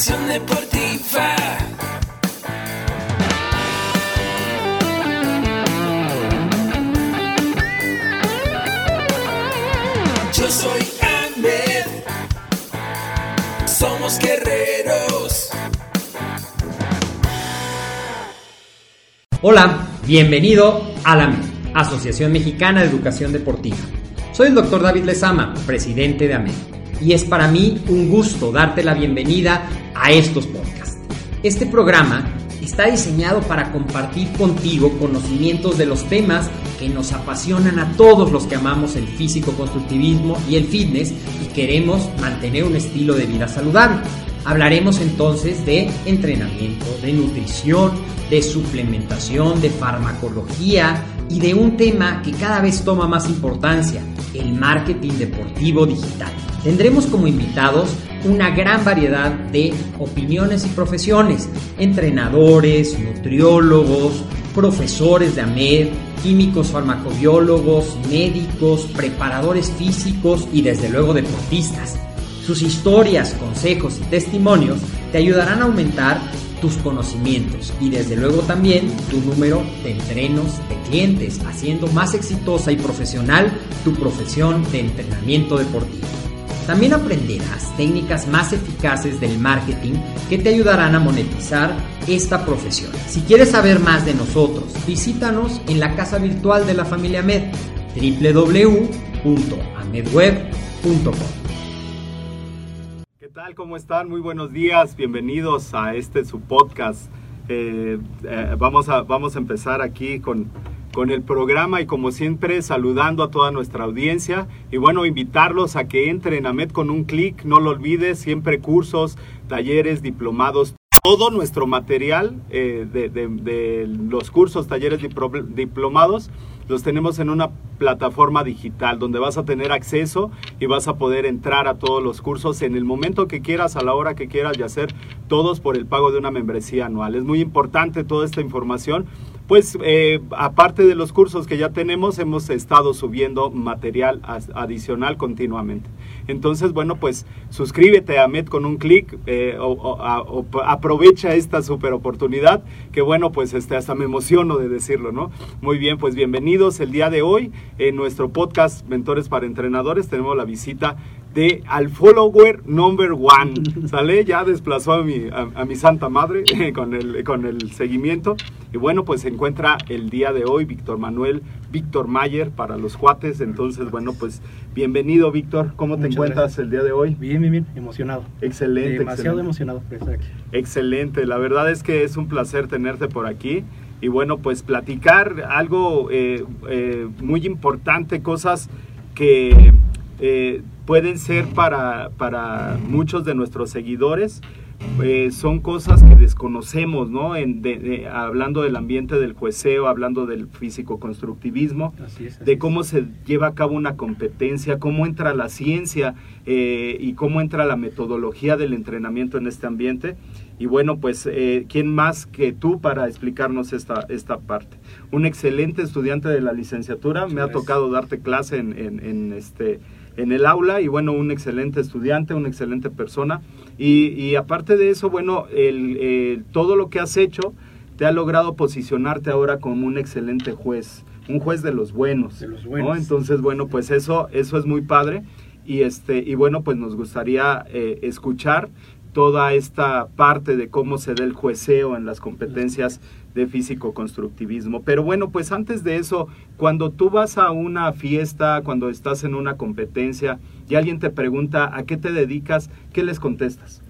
Educación deportiva. Yo soy Ahmed. Somos guerreros. Hola, bienvenido a la AMED, Asociación Mexicana de Educación Deportiva. Soy el Dr. David Lezama, presidente de AMED, y es para mí un gusto darte la bienvenida a estos podcasts. Este programa está diseñado para compartir contigo conocimientos de los temas que nos apasionan a todos los que amamos el físico-constructivismo y el fitness y queremos mantener un estilo de vida saludable. Hablaremos entonces de entrenamiento, de nutrición, de suplementación, de farmacología y de un tema que cada vez toma más importancia, el marketing deportivo digital. Tendremos como invitados una gran variedad de opiniones y profesiones, entrenadores, nutriólogos, profesores de AMED, químicos farmacobiólogos, médicos, preparadores físicos y desde luego deportistas. Sus historias, consejos y testimonios te ayudarán a aumentar tus conocimientos y desde luego también tu número de entrenos de clientes, haciendo más exitosa y profesional tu profesión de entrenamiento deportivo. También aprenderás técnicas más eficaces del marketing que te ayudarán a monetizar esta profesión. Si quieres saber más de nosotros, visítanos en la casa virtual de la familia AMED, www.amedweb.com. ¿Qué tal? ¿Cómo están? Muy buenos días, bienvenidos a su podcast. Vamos a empezar aquí con el programa y como siempre saludando a toda nuestra audiencia y bueno, invitarlos a que entren a AMED con un clic, no lo olvides, siempre cursos, talleres, diplomados, todo nuestro material de los cursos, talleres, diplomados, los tenemos en una plataforma digital donde vas a tener acceso y vas a poder entrar a todos los cursos en el momento que quieras, a la hora que quieras y hacer todos por el pago de una membresía anual. Es muy importante toda esta información, pues aparte de los cursos que ya tenemos, hemos estado subiendo material adicional continuamente. Entonces, bueno, pues suscríbete a AMED con un clic, aprovecha esta super oportunidad, que bueno, pues hasta me emociono de decirlo, ¿no? Muy bien, pues bienvenidos el día de hoy en nuestro podcast Mentores para Entrenadores. Tenemos la visita de al follower number one, ¿sale? Ya desplazó a mi santa madre con el seguimiento. Y bueno, pues se encuentra el día de hoy Víctor Mayer para los cuates. Entonces, bueno, pues bienvenido, Víctor. ¿Cómo te encuentras el día de hoy? Bien, emocionado. Excelente. Demasiado emocionado por estar aquí. Excelente, la verdad es que es un placer tenerte por aquí. Y bueno, pues platicar algo muy importante, cosas que pueden ser para muchos de nuestros seguidores, son cosas que desconocemos, ¿no? Hablando del ambiente del jueceo, hablando del físico-constructivismo, así es. Cómo se lleva a cabo una competencia, cómo entra la ciencia y cómo entra la metodología del entrenamiento en este ambiente. Y bueno, pues, ¿quién más que tú para explicarnos esta parte? Un excelente estudiante de la licenciatura, me ha tocado darte clase en el aula y bueno, un excelente estudiante, una excelente persona y aparte de eso, bueno, todo lo que has hecho te ha logrado posicionarte ahora como un excelente juez, un juez de los buenos, ¿no? Entonces, bueno, pues eso es muy padre y bueno, pues nos gustaría escuchar toda esta parte de cómo se da el jueceo en las competencias de físico-constructivismo. Pero bueno, pues antes de eso, cuando tú vas a una fiesta, cuando estás en una competencia y alguien te pregunta a qué te dedicas, ¿qué les contestas?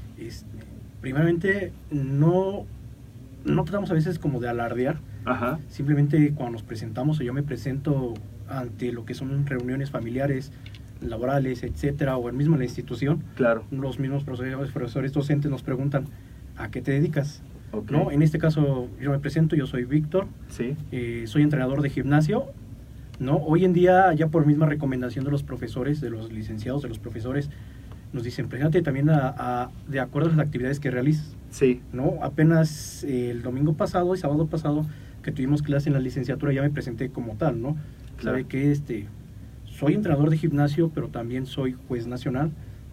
Primeramente, no tratamos a veces como de alardear. Ajá. Simplemente cuando nos presentamos o yo me presento ante lo que son reuniones familiares, laborales, etcétera, o el mismo en la institución, claro, los mismos profesores docentes nos preguntan ¿a qué te dedicas? Okay. ¿No? En este caso yo me presento, yo soy Víctor, sí. Soy entrenador de gimnasio, ¿no? Hoy en día ya por misma recomendación de los profesores, de los licenciados, de los profesores, nos dicen, preséntate también de acuerdo a las actividades que realizas. Sí. ¿No? Apenas el domingo pasado y sábado pasado que tuvimos clase en la licenciatura ya me presenté como tal, ¿no? Claro. Sabe que soy entrenador de gimnasio, pero también soy juez nacional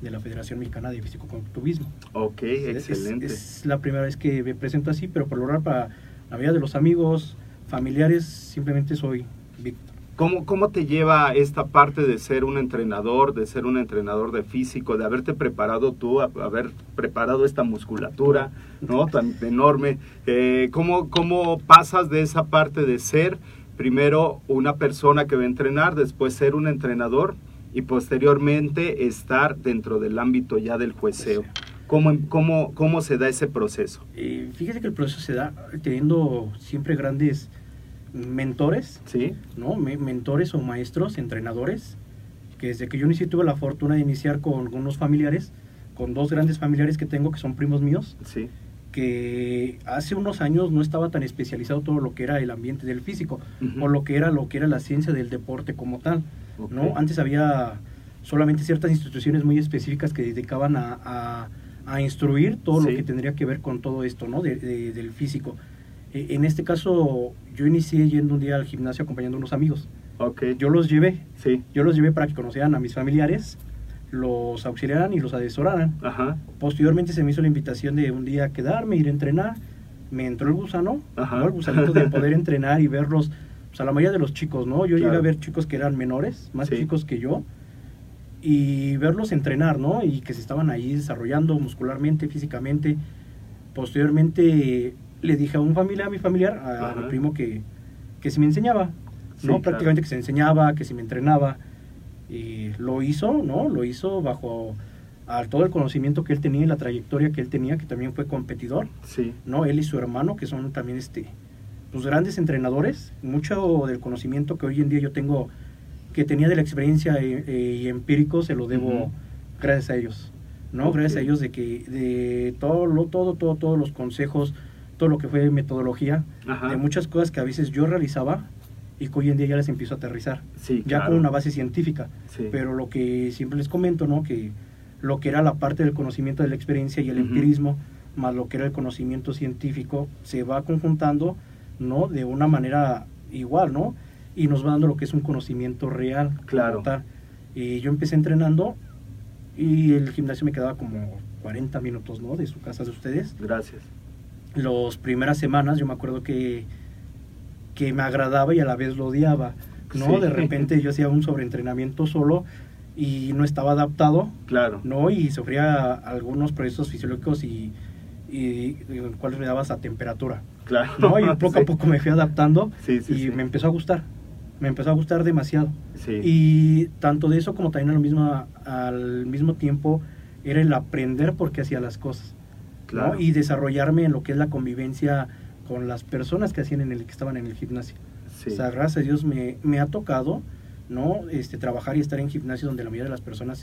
de la Federación Mexicana de Físico-Culturismo. Ok, excelente. Es la primera vez que me presento así, pero por lo general para la mayoría de los amigos, familiares, simplemente soy Víctor. ¿Cómo te lleva esta parte de ser un entrenador, de físico, de haberte preparado tú, haber preparado esta musculatura, ¿no? Tan enorme? ¿Cómo pasas de esa parte de ser primero una persona que va a entrenar, después ser un entrenador y posteriormente estar dentro del ámbito ya del jueceo? ¿Cómo se da ese proceso? Fíjese que el proceso se da teniendo siempre grandes mentores, ¿sí? ¿no? Mentores o maestros, entrenadores, que desde que yo inicié tuve la fortuna de iniciar con algunos familiares, con 2 grandes familiares que tengo que son primos míos, sí, que hace unos años no estaba tan especializado todo lo que era el ambiente del físico, uh-huh, o lo que era la ciencia del deporte como tal, okay, ¿no? Antes había solamente ciertas instituciones muy específicas que dedicaban a instruir todo, sí, lo que tendría que ver con todo esto, ¿no? Del físico. En este caso, yo inicié yendo un día al gimnasio acompañando a unos amigos. Okay. Yo los llevé. Sí. Yo los llevé para que conocieran a mis familiares, los auxiliaran y los asesoraran. Ajá. Posteriormente se me hizo la invitación de un día quedarme, ir a entrenar. Me entró el gusano, ajá, ¿no? El gusanito de poder entrenar y verlos, pues a la mayoría de los chicos, ¿no? Yo llegué a ver chicos que eran menores, más sí, chicos que yo, y verlos entrenar, ¿no? Y que se estaban ahí desarrollando muscularmente, físicamente. Posteriormente le dije a mi familiar, a mi primo que si me enseñaba, ¿no? Sí, prácticamente claro, que se enseñaba, que si me entrenaba, y lo hizo, ¿no? Lo hizo bajo todo el conocimiento que él tenía y la trayectoria que él tenía, que también fue competidor, sí, ¿no? Él y su hermano, que son también pues grandes entrenadores. Mucho del conocimiento que hoy en día yo tengo, que tenía de la experiencia y empírico, se lo debo, uh-huh, gracias a ellos, ¿no? Okay. Gracias a ellos de todos los consejos, todo lo que fue metodología, ajá, de muchas cosas que a veces yo realizaba y que hoy en día ya les empiezo a aterrizar, sí, ya claro, con una base científica, sí, pero lo que siempre les comento, ¿no? Que lo que era la parte del conocimiento de la experiencia y el, uh-huh, empirismo, más lo que era el conocimiento científico, se va conjuntando, ¿no? De una manera igual, ¿no? Y nos va dando lo que es un conocimiento real. Claro. Y yo empecé entrenando y el gimnasio me quedaba como 40 minutos, ¿no? De su casa de ustedes. Gracias. Las primeras semanas yo me acuerdo que me agradaba y a la vez lo odiaba, ¿no? Sí. De repente yo hacía un sobreentrenamiento solo y no estaba adaptado, claro, ¿no? Y sufría algunos procesos fisiológicos y en los cuales me dabas a temperatura, claro, ¿no? Y poco a poco me fui adaptando, sí, sí, y sí, me empezó a gustar demasiado, sí, y tanto de eso como también al mismo tiempo era el aprender por qué hacía las cosas, claro, ¿no? Y desarrollarme en lo que es la convivencia con las personas que estaban en el gimnasio. Sí. O sea, gracias a Dios me ha tocado, ¿no? Trabajar y estar en gimnasio donde la mayoría de las personas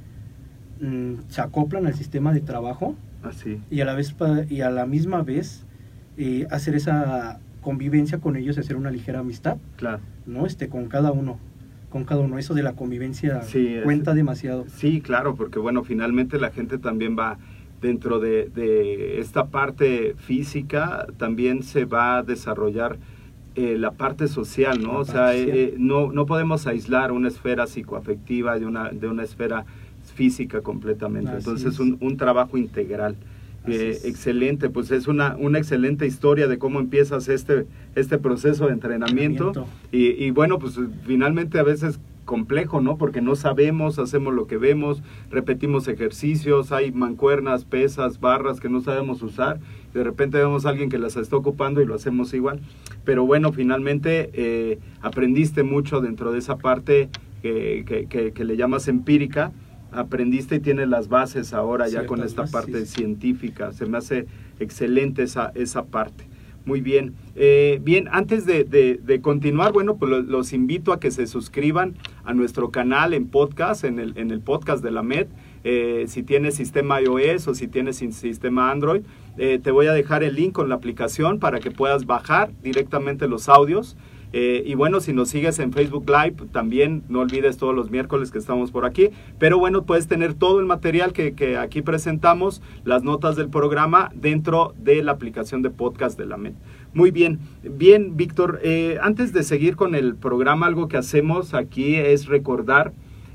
se acoplan al sistema de trabajo, así, y a la misma vez hacer esa convivencia con ellos, hacer una ligera amistad, claro, ¿no? Con cada uno, eso de la convivencia, sí, cuenta demasiado. Sí, claro, porque bueno, finalmente la gente también va dentro de esta parte física, también se va a desarrollar la parte social, ¿no? O sea, no podemos aislar una esfera psicoafectiva de una esfera física completamente. Así entonces, un trabajo integral. Excelente, pues es una excelente historia de cómo empiezas este proceso de entrenamiento. Y bueno, pues finalmente a veces complejo, ¿no? Porque no sabemos, hacemos lo que vemos, repetimos ejercicios, hay mancuernas, pesas, barras que no sabemos usar, de repente vemos a alguien que las está ocupando y lo hacemos igual. Pero bueno, finalmente aprendiste mucho dentro de esa parte que le llamas empírica, aprendiste y tienes las bases ahora ya con esta parte científica. Se me hace excelente esa parte. Muy bien. Bien, antes de continuar, bueno, pues los invito a que se suscriban a nuestro canal en podcast, en el podcast de la MED. Si tienes sistema iOS o si tienes sistema Android, te voy a dejar el link con la aplicación para que puedas bajar directamente los audios. Y bueno, si nos sigues en Facebook Live, también no olvides todos los miércoles que estamos por aquí. Pero bueno, puedes tener todo el material que aquí presentamos, las notas del programa, dentro de la aplicación de podcast de la MED. Muy bien. Bien, Víctor, antes de seguir con el programa, algo que hacemos aquí es recordar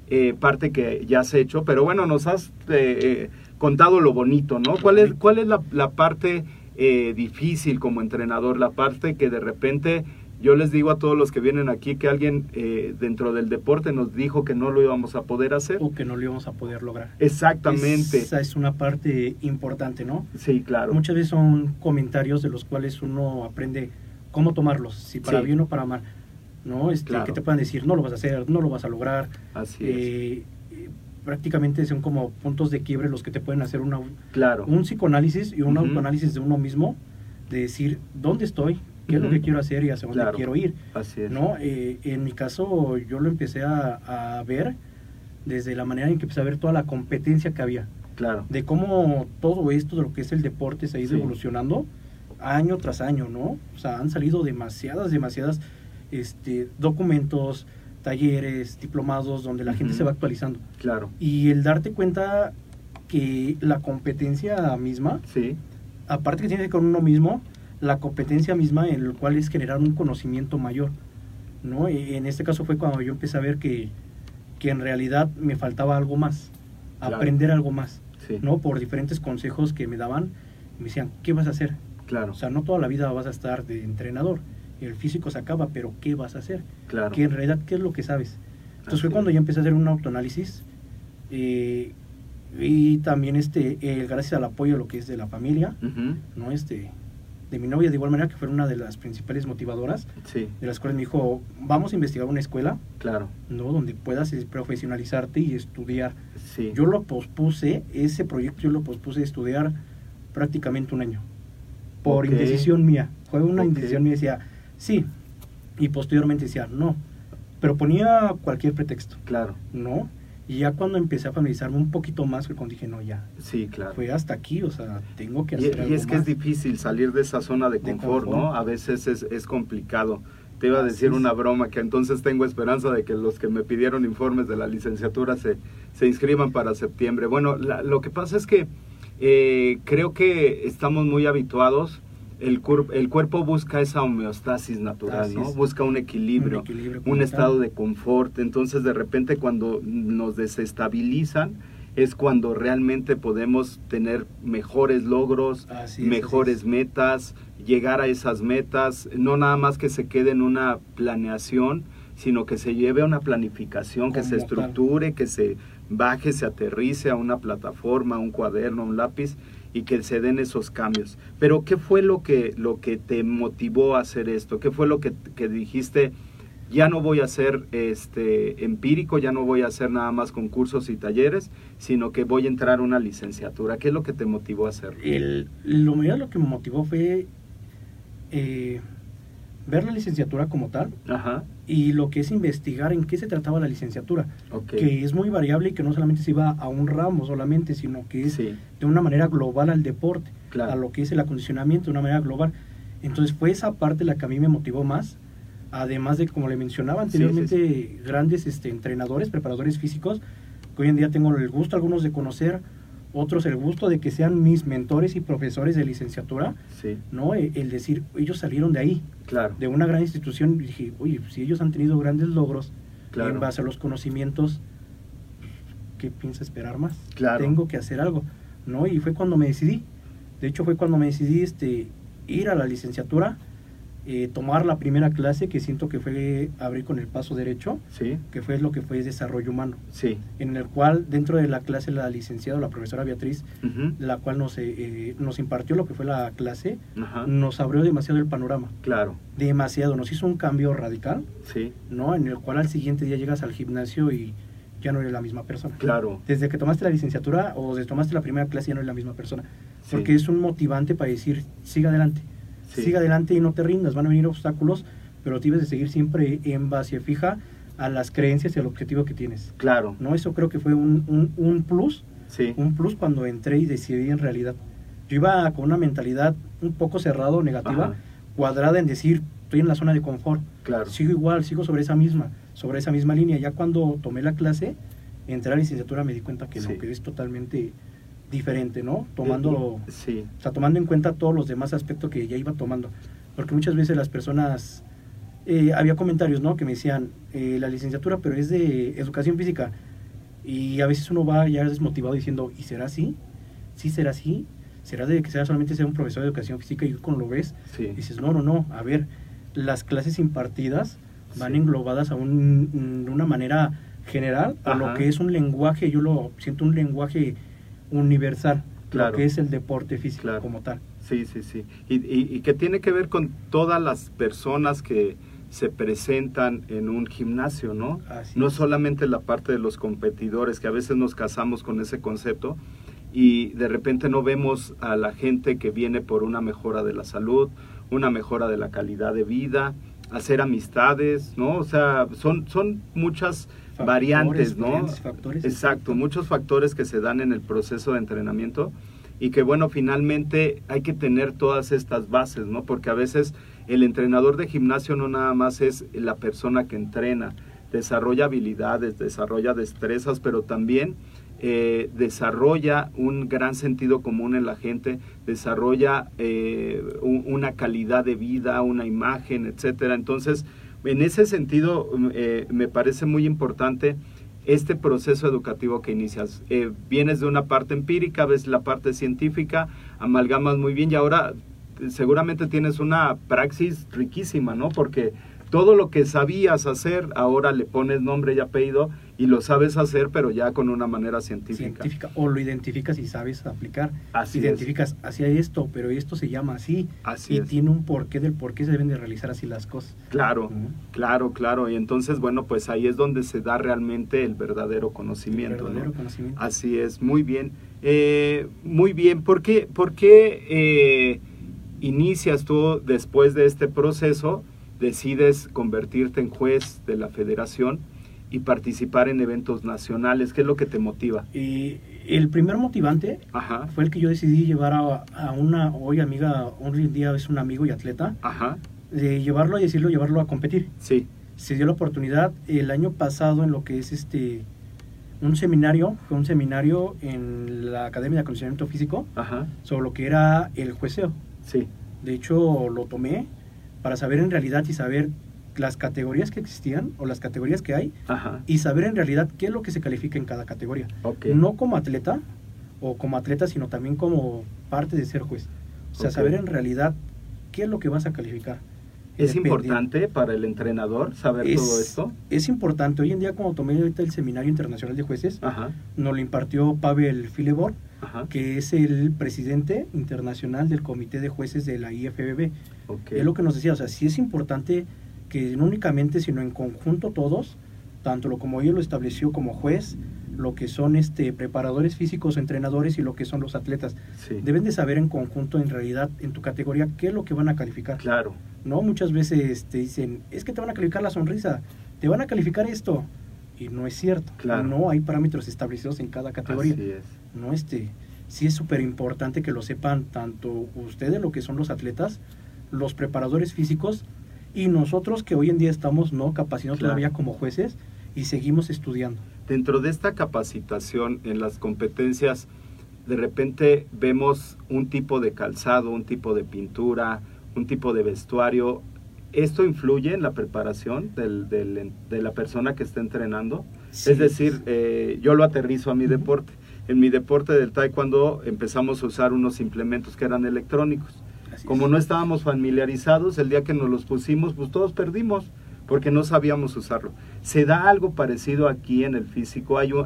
parte que ya has hecho, pero bueno, nos has contado lo bonito, ¿no? ¿Cuál es la parte difícil como entrenador, la parte que de repente yo les digo a todos los que vienen aquí que alguien dentro del deporte nos dijo que no lo íbamos a poder hacer? O que no lo íbamos a poder lograr. Exactamente. Esa es una parte importante, ¿no? Sí, claro. Muchas veces son comentarios de los cuales uno aprende cómo tomarlos, si para bien o para mal, ¿no? Claro. Que te puedan decir, no lo vas a hacer, no lo vas a lograr. Así es. Prácticamente son como puntos de quiebre los que te pueden hacer claro. un psicoanálisis y un autoanálisis de uno mismo, de decir, ¿dónde estoy? ¿Qué es lo que quiero hacer y hacia dónde quiero ir? Así es. ¿No? En mi caso, yo lo empecé a ver desde la manera en que empecé a ver toda la competencia que había. Claro. De cómo todo esto de lo que es el deporte se ha ido evolucionando año tras año, ¿no? O sea, han salido demasiadas documentos, talleres, diplomados, donde la gente se va actualizando. Claro. Y el darte cuenta que la competencia misma, aparte que tiene que ver con uno mismo, la competencia misma en el cual es generar un conocimiento mayor, ¿no? Y en este caso fue cuando yo empecé a ver que en realidad me faltaba algo más, aprender algo más, ¿no? Por diferentes consejos que me daban, me decían, ¿qué vas a hacer? Claro. O sea, no toda la vida vas a estar de entrenador, el físico se acaba, pero ¿qué vas a hacer? Claro. Que en realidad, ¿qué es lo que sabes? Entonces fue cuando yo empecé a hacer un autoanálisis y también gracias al apoyo de lo que es de la familia, ¿no? De mi novia, de igual manera, que fue una de las principales motivadoras, de las cuales me dijo, vamos a investigar una escuela, ¿no? Donde puedas profesionalizarte y estudiar. Yo lo pospuse, ese proyecto yo lo pospuse de estudiar prácticamente un año, por indecisión mía. Fue una indecisión mía, decía, sí, y posteriormente decía, no, pero ponía cualquier pretexto. ¿No? Y ya cuando empecé a familiarizarme un poquito más, fue cuando dije, no, ya. Fue hasta aquí, o sea, tengo que hacer algo y es que más. es difícil salir de esa zona de confort, ¿no? A veces es complicado. Te iba a decir una broma, que entonces tengo esperanza de que los que me pidieron informes de la licenciatura se inscriban para septiembre. Bueno, lo que pasa es que creo que estamos muy habituados. El cuerpo busca esa homeostasis natural, ¿no? Busca un equilibrio, un estado de confort. Entonces, de repente, cuando nos desestabilizan, es cuando realmente podemos tener mejores logros, mejores metas, llegar a esas metas, no nada más que se quede en una planeación, sino que se lleve a una planificación, que se estructure, que se baje, se aterrice a una plataforma, un cuaderno, un lápiz, y que se den esos cambios. Pero ¿qué fue lo que te motivó a hacer esto? ¿Qué fue lo que dijiste? Ya no voy a ser empírico, ya no voy a hacer nada más concursos y talleres, sino que voy a entrar a una licenciatura. ¿Qué es lo que te motivó a hacerlo? Lo que me motivó fue ver la licenciatura como tal, y lo que es investigar en qué se trataba la licenciatura, que es muy variable y que no solamente se iba a un ramo solamente, sino que es de una manera global al deporte, a lo que es el acondicionamiento de una manera global. Entonces fue esa parte la que a mí me motivó más, además de, como le mencionaba anteriormente, grandes entrenadores, preparadores físicos, que hoy en día tengo el gusto algunos de conocer, otros el gusto de que sean mis mentores y profesores de licenciatura, ¿no? El decir, ellos salieron de ahí, de una gran institución, y dije, oye, si ellos han tenido grandes logros en base a los conocimientos, ¿qué pienso esperar más? Tengo que hacer algo, ¿no? Y fue cuando me decidí, de hecho fue cuando me decidí ir a la licenciatura, tomar la primera clase, que siento que fue abrir con el paso derecho, que fue lo que fue desarrollo humano, en el cual dentro de la clase la licenciada, la profesora Beatriz, la cual nos impartió lo que fue la clase, nos abrió demasiado el panorama, demasiado, nos hizo un cambio radical, ¿no? En el cual al siguiente día llegas al gimnasio y ya no eres la misma persona. Desde que tomaste la licenciatura o desde que tomaste la primera clase ya no eres la misma persona, porque es un motivante para decir, sigue adelante. Sigue adelante y no te rindas, van a venir obstáculos, pero debes de seguir siempre en base fija a las creencias y al objetivo que tienes. ¿No? Eso creo que fue un plus, un plus cuando entré y decidí en realidad. Yo iba con una mentalidad un poco cerrada, negativa, cuadrada en decir, estoy en la zona de confort, sigo igual, sigo sobre esa misma línea. Ya cuando tomé la clase, entré a la licenciatura, me di cuenta que no, que es totalmente diferente, ¿no? Tomando en cuenta todos los demás aspectos que ya iba tomando, porque muchas veces las personas, había comentarios, ¿no? Que me decían, la licenciatura, pero es de educación física, Y a veces uno va ya desmotivado diciendo, ¿y será así? ¿Sí será así? ¿Será de que sea solamente ser un profesor de educación física? Y cuando lo ves, dices, no, a ver, las clases impartidas van englobadas a una manera general a lo que es un lenguaje, yo lo siento un lenguaje universal, lo que es el deporte físico como tal. Sí. Y que tiene que ver con todas las personas que se presentan en un gimnasio, ¿no? No solamente la parte de los competidores, que a veces nos casamos con ese concepto y de repente no vemos a la gente que viene por una mejora de la salud, una mejora de la calidad de vida, hacer amistades, ¿no? O sea, son muchas variantes, ¿no? Factores. Exacto, muchos factores que se dan en el proceso de entrenamiento y que, bueno, finalmente hay que tener todas estas bases, ¿no? Porque a veces el entrenador de gimnasio no nada más es la persona que entrena, desarrolla habilidades, desarrolla destrezas, pero también desarrolla un gran sentido común en la gente, desarrolla una calidad de vida, una imagen, etcétera. Entonces, en ese sentido, me parece muy importante este proceso educativo que inicias. Vienes de una parte empírica, ves la parte científica, amalgamas muy bien y ahora seguramente tienes una praxis riquísima, ¿no? Porque todo lo que sabías hacer, ahora le pones nombre y apellido y lo sabes hacer, pero ya con una manera científica. O lo identificas y sabes aplicar. Así identificas hacia esto, pero esto se llama así. Así es. Tiene un porqué del por qué se deben de realizar así las cosas. Claro. Y entonces, bueno, pues ahí es donde se da realmente el verdadero conocimiento. Conocimiento. Así es, muy bien. Muy bien, ¿por qué inicias tú después de este proceso? Decides convertirte en juez de la federación y participar en eventos nacionales. ¿Qué es lo que te motiva? El primer motivante fue el que yo decidí llevar a una hoy amiga, hoy en día es un amigo y atleta, de llevarlo a competir. Sí. Se dio la oportunidad el año pasado en lo que es un seminario en la Academia de Acondicionamiento Físico sobre lo que era el jueceo. Sí. De hecho, lo tomé para saber en realidad y saber las categorías que existían o las categorías que hay y saber en realidad qué es lo que se califica en cada categoría. No como atleta sino también como parte de ser juez. O sea, saber en realidad qué es lo que vas a calificar. ¿Es importante para el entrenador saber todo esto? Es importante. Hoy en día, como tomé ahorita el Seminario Internacional de Jueces, nos lo impartió Pavel Filebor, que es el presidente internacional del Comité de Jueces de la IFBB. Es lo que nos decía, o sea, sí es importante que no únicamente, sino en conjunto todos, tanto como ellos lo estableció como juez, lo que son preparadores físicos, entrenadores y lo que son los atletas. Deben de saber en conjunto, en realidad, en tu categoría, qué es lo que van a calificar. Claro. ¿No? Muchas veces te dicen, es que te van a calificar la sonrisa, te van a calificar esto. Y no es cierto. Claro. No hay parámetros establecidos en cada categoría. Así es. No, sí es súper importante que lo sepan tanto ustedes, lo que son los atletas, los preparadores físicos, y nosotros que hoy en día estamos capacitados todavía como jueces y seguimos estudiando. Dentro de esta capacitación en las competencias, de repente vemos un tipo de calzado, un tipo de pintura, un tipo de vestuario. ¿Esto influye en la preparación de la persona que está entrenando? Sí. Es decir, yo lo aterrizo a mi deporte. En mi deporte del taekwondo empezamos a usar unos implementos que eran electrónicos. Como no estábamos familiarizados, el día que nos los pusimos, pues todos perdimos, porque no sabíamos usarlo. ¿Se da algo parecido aquí en el físico? ¿Hay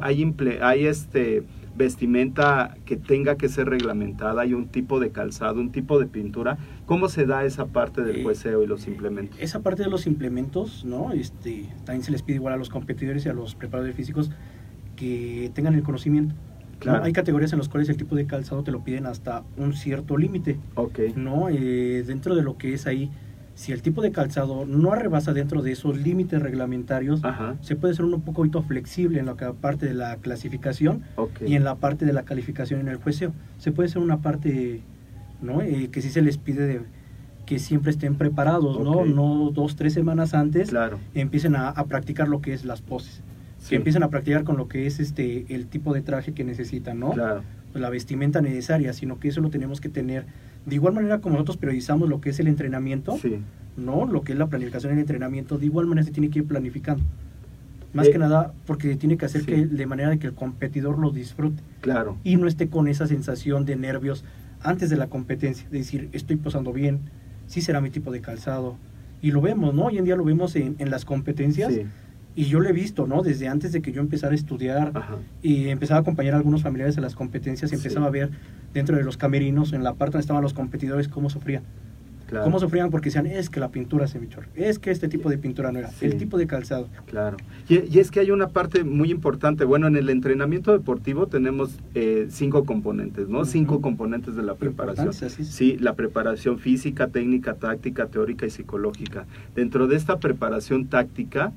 vestimenta que tenga que ser reglamentada? ¿Hay un tipo de calzado, un tipo de pintura? ¿Cómo se da esa parte del jueceo y los implementos? Esa parte de los implementos, ¿no? También se les pide igual a los competidores y a los preparadores físicos que tengan el conocimiento. Claro. ¿No? Hay categorías en las cuales el tipo de calzado te lo piden hasta un cierto límite. ¿No? Dentro de lo que es ahí, si el tipo de calzado no rebasa dentro de esos límites reglamentarios, se puede ser un poquito flexible en la parte de la clasificación y en la parte de la calificación en el jueceo. Se puede ser una parte, ¿no? Que sí se les pide que siempre estén preparados, ¿no? 2-3 semanas antes empiecen a practicar lo que es las poses. Que empiecen a practicar con lo que es el tipo de traje que necesitan, ¿no? La vestimenta necesaria, sino que eso lo tenemos que tener. De igual manera como nosotros periodizamos lo que es el entrenamiento, ¿no? Lo que es la planificación del entrenamiento, de igual manera se tiene que ir planificando. Más que nada porque tiene que hacer que de manera de que el competidor lo disfrute. Claro. Y no esté con esa sensación de nervios antes de la competencia, de decir, estoy posando bien, sí será mi tipo de calzado. Y lo vemos, ¿no? Hoy en día lo vemos en las competencias. Sí. Y yo lo he visto, ¿no? Desde antes de que yo empezara a estudiar. Ajá. Y empezaba a acompañar a algunos familiares a las competencias, y empezaba a ver dentro de los camerinos, en la parte donde estaban los competidores, cómo sufrían. Claro. Cómo sufrían porque decían, es que la pintura se me chorreó, es que este tipo de pintura no era, el tipo de calzado. Claro. Y es que hay una parte muy importante. Bueno, en el entrenamiento deportivo tenemos 5 componentes, ¿no? 5 componentes de la preparación. Sí, la preparación física, técnica, táctica, teórica y psicológica. Dentro de esta preparación táctica,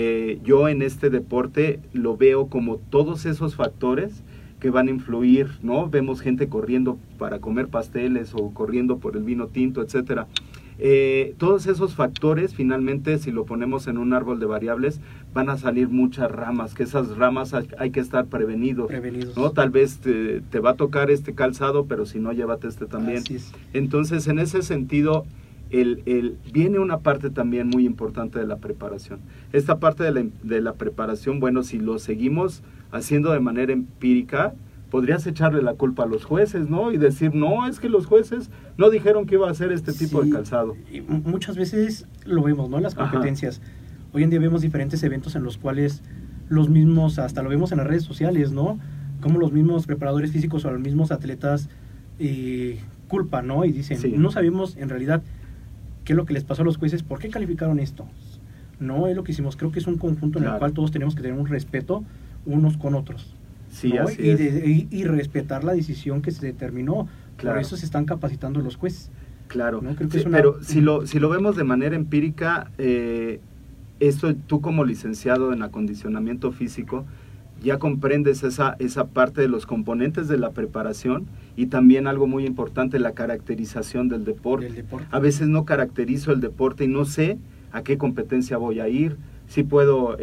yo en este deporte lo veo como todos esos factores que van a influir, ¿no? Vemos gente corriendo para comer pasteles o corriendo por el vino tinto, etcétera. Todos esos factores, finalmente, si lo ponemos en un árbol de variables, van a salir muchas ramas, que esas ramas hay que estar prevenidos, ¿no? Tal vez te va a tocar este calzado, pero si no, llévate este también. Entonces, en ese sentido, viene una parte también muy importante de la preparación. Esta parte de la preparación, bueno, si lo seguimos haciendo de manera empírica, podrías echarle la culpa a los jueces, ¿no? Y decir, no, es que los jueces no dijeron que iba a hacer este tipo de calzado. Y muchas veces lo vemos, ¿no? En las competencias. Ajá. Hoy en día vemos diferentes eventos en los cuales los mismos, hasta lo vemos en las redes sociales, ¿no? Como los mismos preparadores físicos o los mismos atletas culpan, ¿no? Y dicen, no sabemos en realidad qué es lo que les pasó a los jueces, por qué calificaron esto. No es lo que hicimos, creo que es un conjunto en el cual todos tenemos que tener un respeto unos con otros. Sí, ¿no? así es. Y respetar la decisión que se determinó. Por eso se están capacitando los jueces. Claro, ¿no? Creo que pero si lo vemos de manera empírica, esto tú como licenciado en acondicionamiento físico, ya comprendes esa parte de los componentes de la preparación y también algo muy importante, la caracterización del deporte. A veces no caracterizo el deporte y no sé a qué competencia voy a ir, si puedo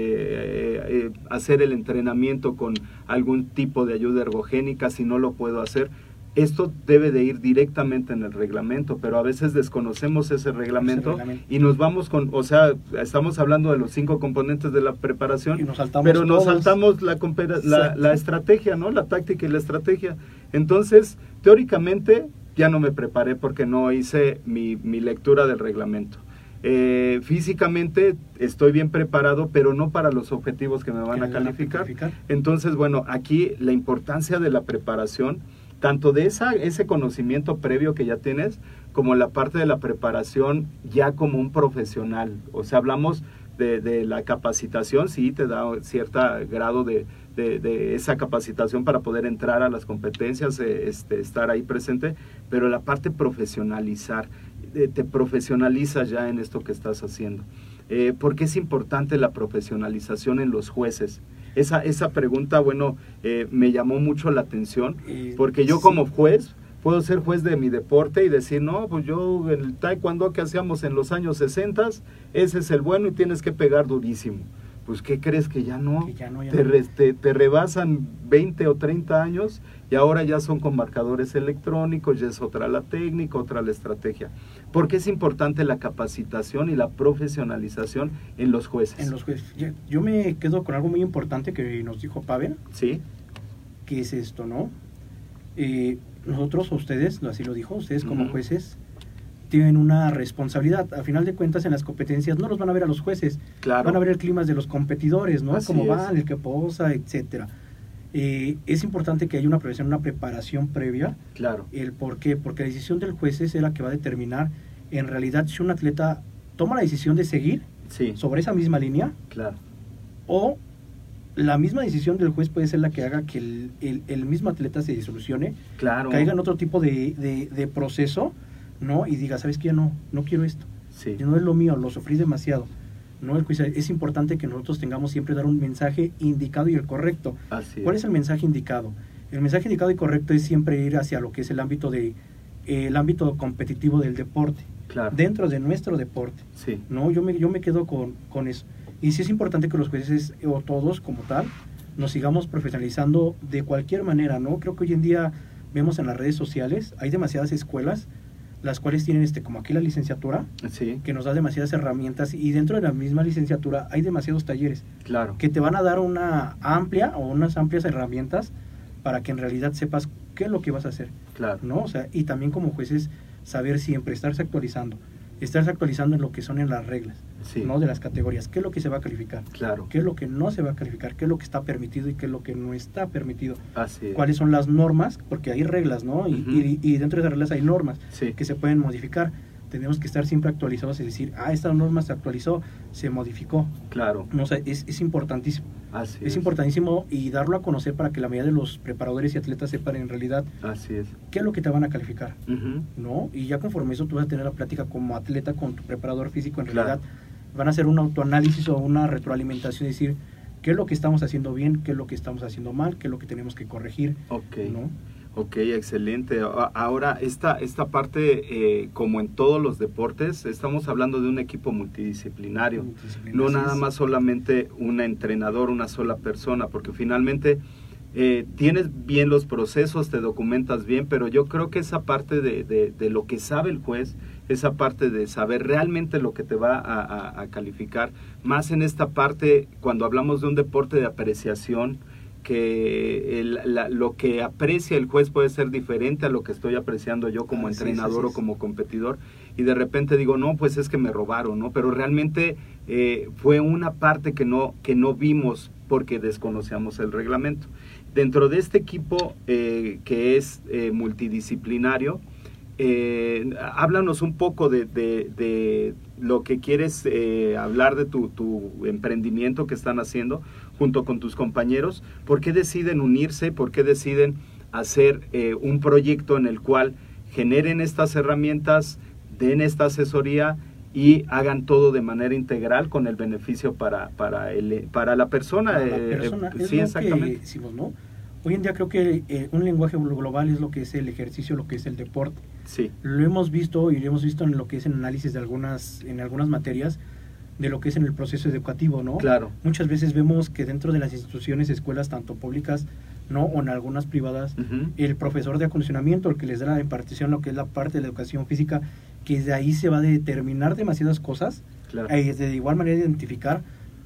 hacer el entrenamiento con algún tipo de ayuda ergogénica, si no lo puedo hacer. Esto debe de ir directamente en el reglamento, pero a veces desconocemos ese reglamento y nos vamos estamos hablando de los 5 componentes de la preparación, y nos saltamos pero nos saltamos la estrategia, ¿no? La táctica y la estrategia. Entonces, teóricamente, ya no me preparé porque no hice mi lectura del reglamento. Físicamente estoy bien preparado, pero no para los objetivos que me van a calificar. Entonces, bueno, aquí la importancia de la preparación, tanto de ese conocimiento previo que ya tienes, como la parte de la preparación ya como un profesional. O sea, hablamos de la capacitación, sí, te da cierto grado de esa capacitación para poder entrar a las competencias, estar ahí presente, pero la parte profesionalizar, te profesionalizas ya en esto que estás haciendo. ¿Por qué es importante la profesionalización en los jueces? Esa pregunta, bueno, me llamó mucho la atención, porque yo como juez, puedo ser juez de mi deporte y decir, no, pues yo el taekwondo que hacíamos en los años 60, ese es el bueno y tienes que pegar durísimo. Pues, ¿qué crees? Que ya no, te rebasan 20 o 30 años y ahora ya son con marcadores electrónicos, ya es otra la técnica, otra la estrategia. ¿Por qué es importante la capacitación y la profesionalización en los jueces? En los jueces. Yo me quedo con algo muy importante que nos dijo Pavel. Sí. ¿Qué es esto, no? Nosotros, ustedes, así lo dijo, ustedes como jueces, tienen una responsabilidad. A final de cuentas, en las competencias no los van a ver a los jueces, van a ver el clima de los competidores, ¿no? Cómo van, el que posa, etcétera. Es importante que haya una preparación previa. Claro. ¿El por qué? Porque la decisión del juez es la que va a determinar, en realidad, si un atleta toma la decisión de seguir sobre esa misma línea, o la misma decisión del juez puede ser la que haga que el mismo atleta se disolucione, caiga en otro tipo de proceso, ¿no? Y diga, ¿sabes qué? Ya no quiero esto. No es lo mío, lo sufrí demasiado. No, es importante que nosotros tengamos siempre dar un mensaje indicado y el correcto. ¿Cuál es el mensaje indicado? El mensaje indicado y correcto es siempre ir hacia lo que es el ámbito competitivo del deporte, dentro de nuestro deporte. ¿No? Yo me quedo con eso. Y sí es importante que los jueces, o todos como tal, nos sigamos profesionalizando de cualquier manera, ¿no? Creo que hoy en día vemos en las redes sociales, hay demasiadas escuelas las cuales tienen como aquí la licenciatura, Sí, que nos da demasiadas herramientas, y dentro de la misma licenciatura hay demasiados talleres claro. que te van a dar una amplia o unas amplias herramientas para que en realidad sepas qué es lo que vas a hacer, Claro. ¿no? O sea, y también como jueces saber siempre, estarse actualizando en lo que son en las reglas, Sí. ¿no? De las categorías, qué es lo que se va a calificar, Claro. qué es lo que no se va a calificar, qué es lo que está permitido y qué es lo que no está permitido, Así es. cuáles son las normas, porque hay reglas, ¿no? Y, Ujú. y dentro de esas reglas hay normas Sí. que se pueden modificar. Tenemos que estar siempre actualizados y decir, esta norma se actualizó, se modificó. Claro. No, o sea, es importantísimo. Así Es importantísimo, y darlo a conocer para que la mayoría de los preparadores y atletas sepan en realidad Así es. qué es lo que te van a calificar, Ujú. ¿no? Y ya conforme eso tú vas a tener la plática como atleta con tu preparador físico, en Claro. realidad van a hacer un autoanálisis o una retroalimentación, decir qué es lo que estamos haciendo bien, qué es lo que estamos haciendo mal, qué es lo que tenemos que corregir, Ok. ¿no? Ok, excelente. Ahora, esta parte, como en todos los deportes, estamos hablando de un equipo multidisciplinario, no Así nada es. más solamente un entrenador, una sola persona, porque finalmente tienes bien los procesos, te documentas bien, pero yo creo que esa parte de lo que sabe el juez, esa parte de saber realmente lo que te va a calificar, más en esta parte cuando hablamos de un deporte de apreciación, que lo que aprecia el juez puede ser diferente a lo que estoy apreciando yo como entrenador o como competidor, y de repente digo, no, pues es que me robaron, ¿no? Pero realmente fue una parte que no vimos porque desconocíamos el reglamento. Dentro de este equipo que es multidisciplinario, háblanos un poco de lo que quieres hablar de tu emprendimiento que están haciendo junto con tus compañeros. ¿Por qué deciden unirse? ¿Por qué deciden hacer un proyecto en el cual generen estas herramientas, den esta asesoría y hagan todo de manera integral con el beneficio para la persona? Para la persona, es Sí, lo exactamente. que decimos, ¿no? Hoy en día creo que un lenguaje global es lo que es el ejercicio, lo que es el deporte. Sí, Lo hemos visto y lo hemos visto en lo que es en análisis en algunas materias, de lo que es en el proceso educativo, ¿no? claro. Muchas veces vemos que dentro de las instituciones, escuelas, tanto públicas, ¿no? O en algunas privadas, Ujú. el profesor de acondicionamiento, el que les da la impartición, lo que es la parte de la educación física, que de ahí se va a determinar demasiadas cosas, Claro. de igual manera identificar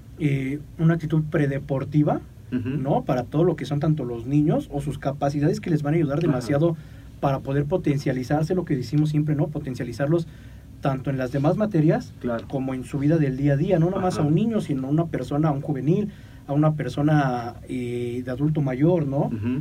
una actitud predeportiva, Ujú. ¿no? Para todo lo que son tanto los niños o sus capacidades, que les van a ayudar demasiado para poder potencializarse, lo que decimos siempre, ¿no? Potencializarlos tanto en las demás materias Claro. como en su vida del día a día, no nomás Ajá. a un niño, sino a una persona, a un juvenil, a una persona de adulto mayor, ¿no? Ujú.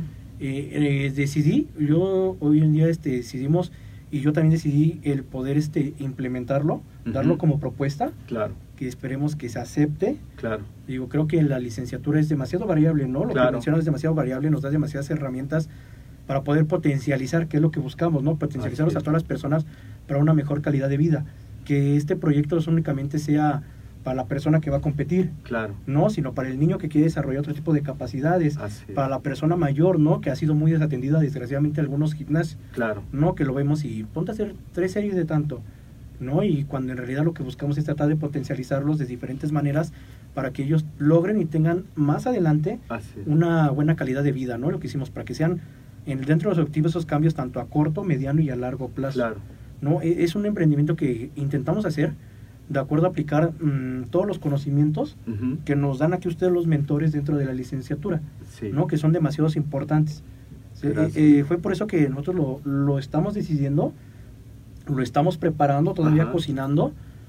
Decidí, yo hoy en día decidimos, y yo también decidí el poder implementarlo, darlo Ujú. como propuesta, Claro, que esperemos que se acepte. claro. Digo, creo que la licenciatura es demasiado variable, ¿no? Lo Claro. que mencionas es demasiado variable, nos da demasiadas herramientas para poder potencializar, que es lo que buscamos, ¿no? Potencializarlos Así a es. todas las personas para una mejor calidad de vida. Que este proyecto no únicamente sea para la persona que va a competir, Claro, ¿no? Sino para el niño que quiere desarrollar otro tipo de capacidades, así es. para la persona mayor, ¿no? Que ha sido muy desatendida desgraciadamente en algunos gimnasios, Claro, ¿no? Que lo vemos y ponte a hacer 3 series de tanto, ¿no? Y cuando en realidad lo que buscamos es tratar de potencializarlos de diferentes maneras para que ellos logren y tengan más adelante así es. una buena calidad de vida, ¿no? Lo que hicimos para que sean dentro de los objetivos esos cambios tanto a corto, mediano y a largo plazo. Claro, ¿No? Es un emprendimiento que intentamos hacer de acuerdo a aplicar todos los conocimientos ujú, que nos dan aquí ustedes los mentores dentro de la licenciatura, sí, ¿no? Que son demasiados importantes. Gracias. Fue por eso que nosotros lo estamos decidiendo, lo estamos preparando, todavía Ajá. cocinando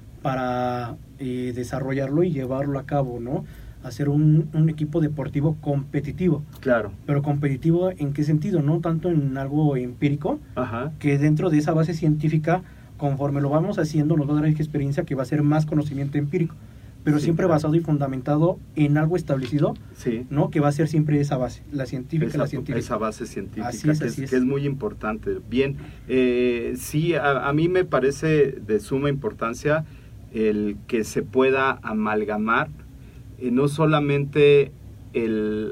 para desarrollarlo y llevarlo a cabo, ¿no? Hacer un equipo deportivo competitivo. claro, Pero competitivo, ¿en qué sentido? No tanto en algo empírico, ajá, que dentro de esa base científica, conforme lo vamos haciendo, nos va a dar experiencia que va a ser más conocimiento empírico, pero Sí, siempre claro. basado y fundamentado en algo establecido, sí. ¿no? Que va a ser siempre esa base, la científica, la científica. Esa base científica Así es, que, así es. que es muy importante. Bien, sí, a mí me parece de suma importancia el que se pueda amalgamar no solamente el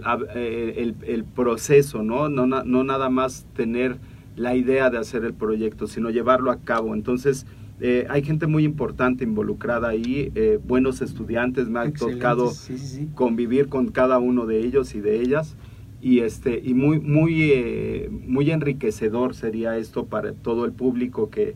proceso, ¿no? No nada más tener la idea de hacer el proyecto, sino llevarlo a cabo. Entonces, hay gente muy importante involucrada ahí, buenos estudiantes, me ha Excelente, tocado sí. convivir con cada uno de ellos y de ellas, y muy enriquecedor sería esto para todo el público que